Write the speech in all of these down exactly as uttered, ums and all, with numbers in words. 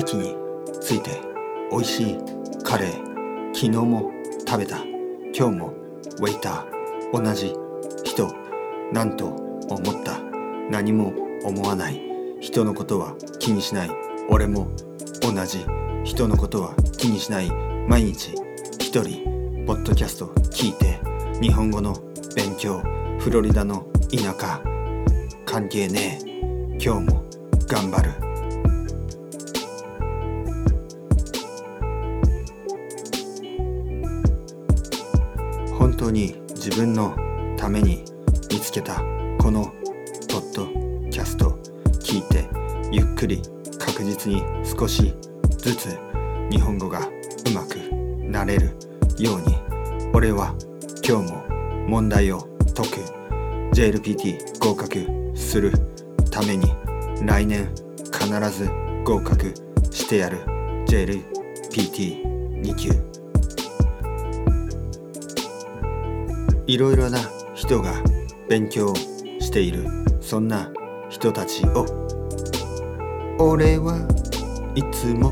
駅に着いて美味しいカレー昨日も食べた。今日もウェイター同じ人なんと思った。何も思わない。人のことは気にしない。俺も同じ人のことは気にしない。毎日一人ポッドキャスト聞いて日本語の勉強。フロリダの田舎関係ねえ。今日も頑張る。本当に自分のために見つけたこのポッドキャスト聞いてゆっくり確実に少しずつ日本語がうまくなれるように俺は今日も問題を解く。 ジェイエルピーティー 合格するために来年必ず合格してやる。 ジェイエルピーティーに 級。いろいろな人が勉強している。そんな人たちを俺はいつも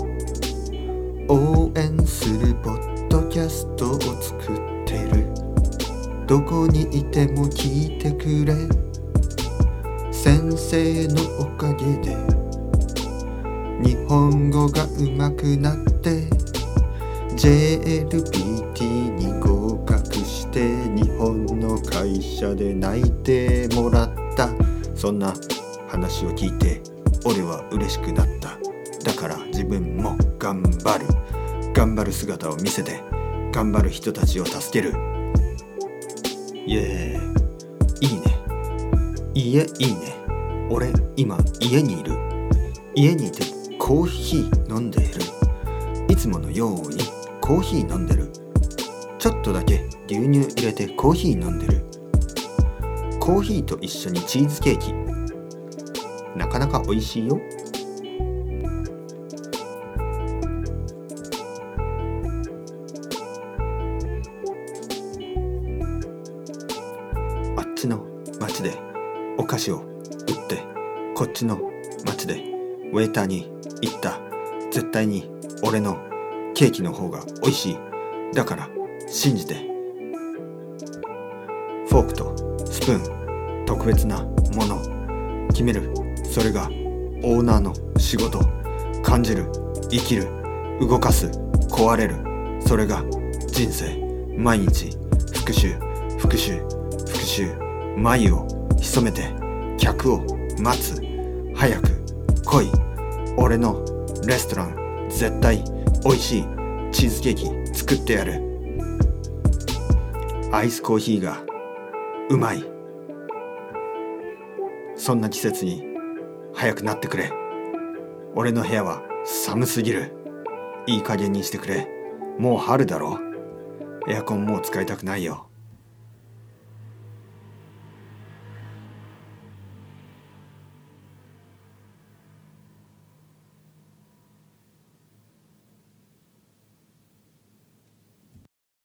応援するポッドキャストを作ってる。どこにいても聞いてくれ。先生のおかげで日本語が上手くなってジェイエルピーティー に合格して日本の会社で内定もらった。そんな話を聞いて俺は嬉しくなった。だから自分も頑張る。頑張る姿を見せて頑張る人たちを助ける。イエーイ。いいね。家いいね。俺今家にいる。家にいてコーヒー飲んでいる。いつものようにコーヒー飲んでる。ちょっとだけ牛乳入れてコーヒー飲んでる。コーヒーと一緒にチーズケーキ。なかなか美味しいよ。あっちの町でお菓子を売ってこっちの町でウェイターに言った。絶対に俺のケーキの方が美味しい。だから信じて。フォークとスプーン特別なもの決める。それがオーナーの仕事。感じる、生きる、動かす、壊れる。それが人生。毎日復習復習復習。眉を潜めて客を待つ。早く来い。俺のレストラン絶対美味しいチーズケーキ作ってやる。アイスコーヒーがうまい。そんな季節に早くなってくれ。俺の部屋は寒すぎる。いい加減にしてくれ。もう春だろ。エアコンもう使いたくないよ。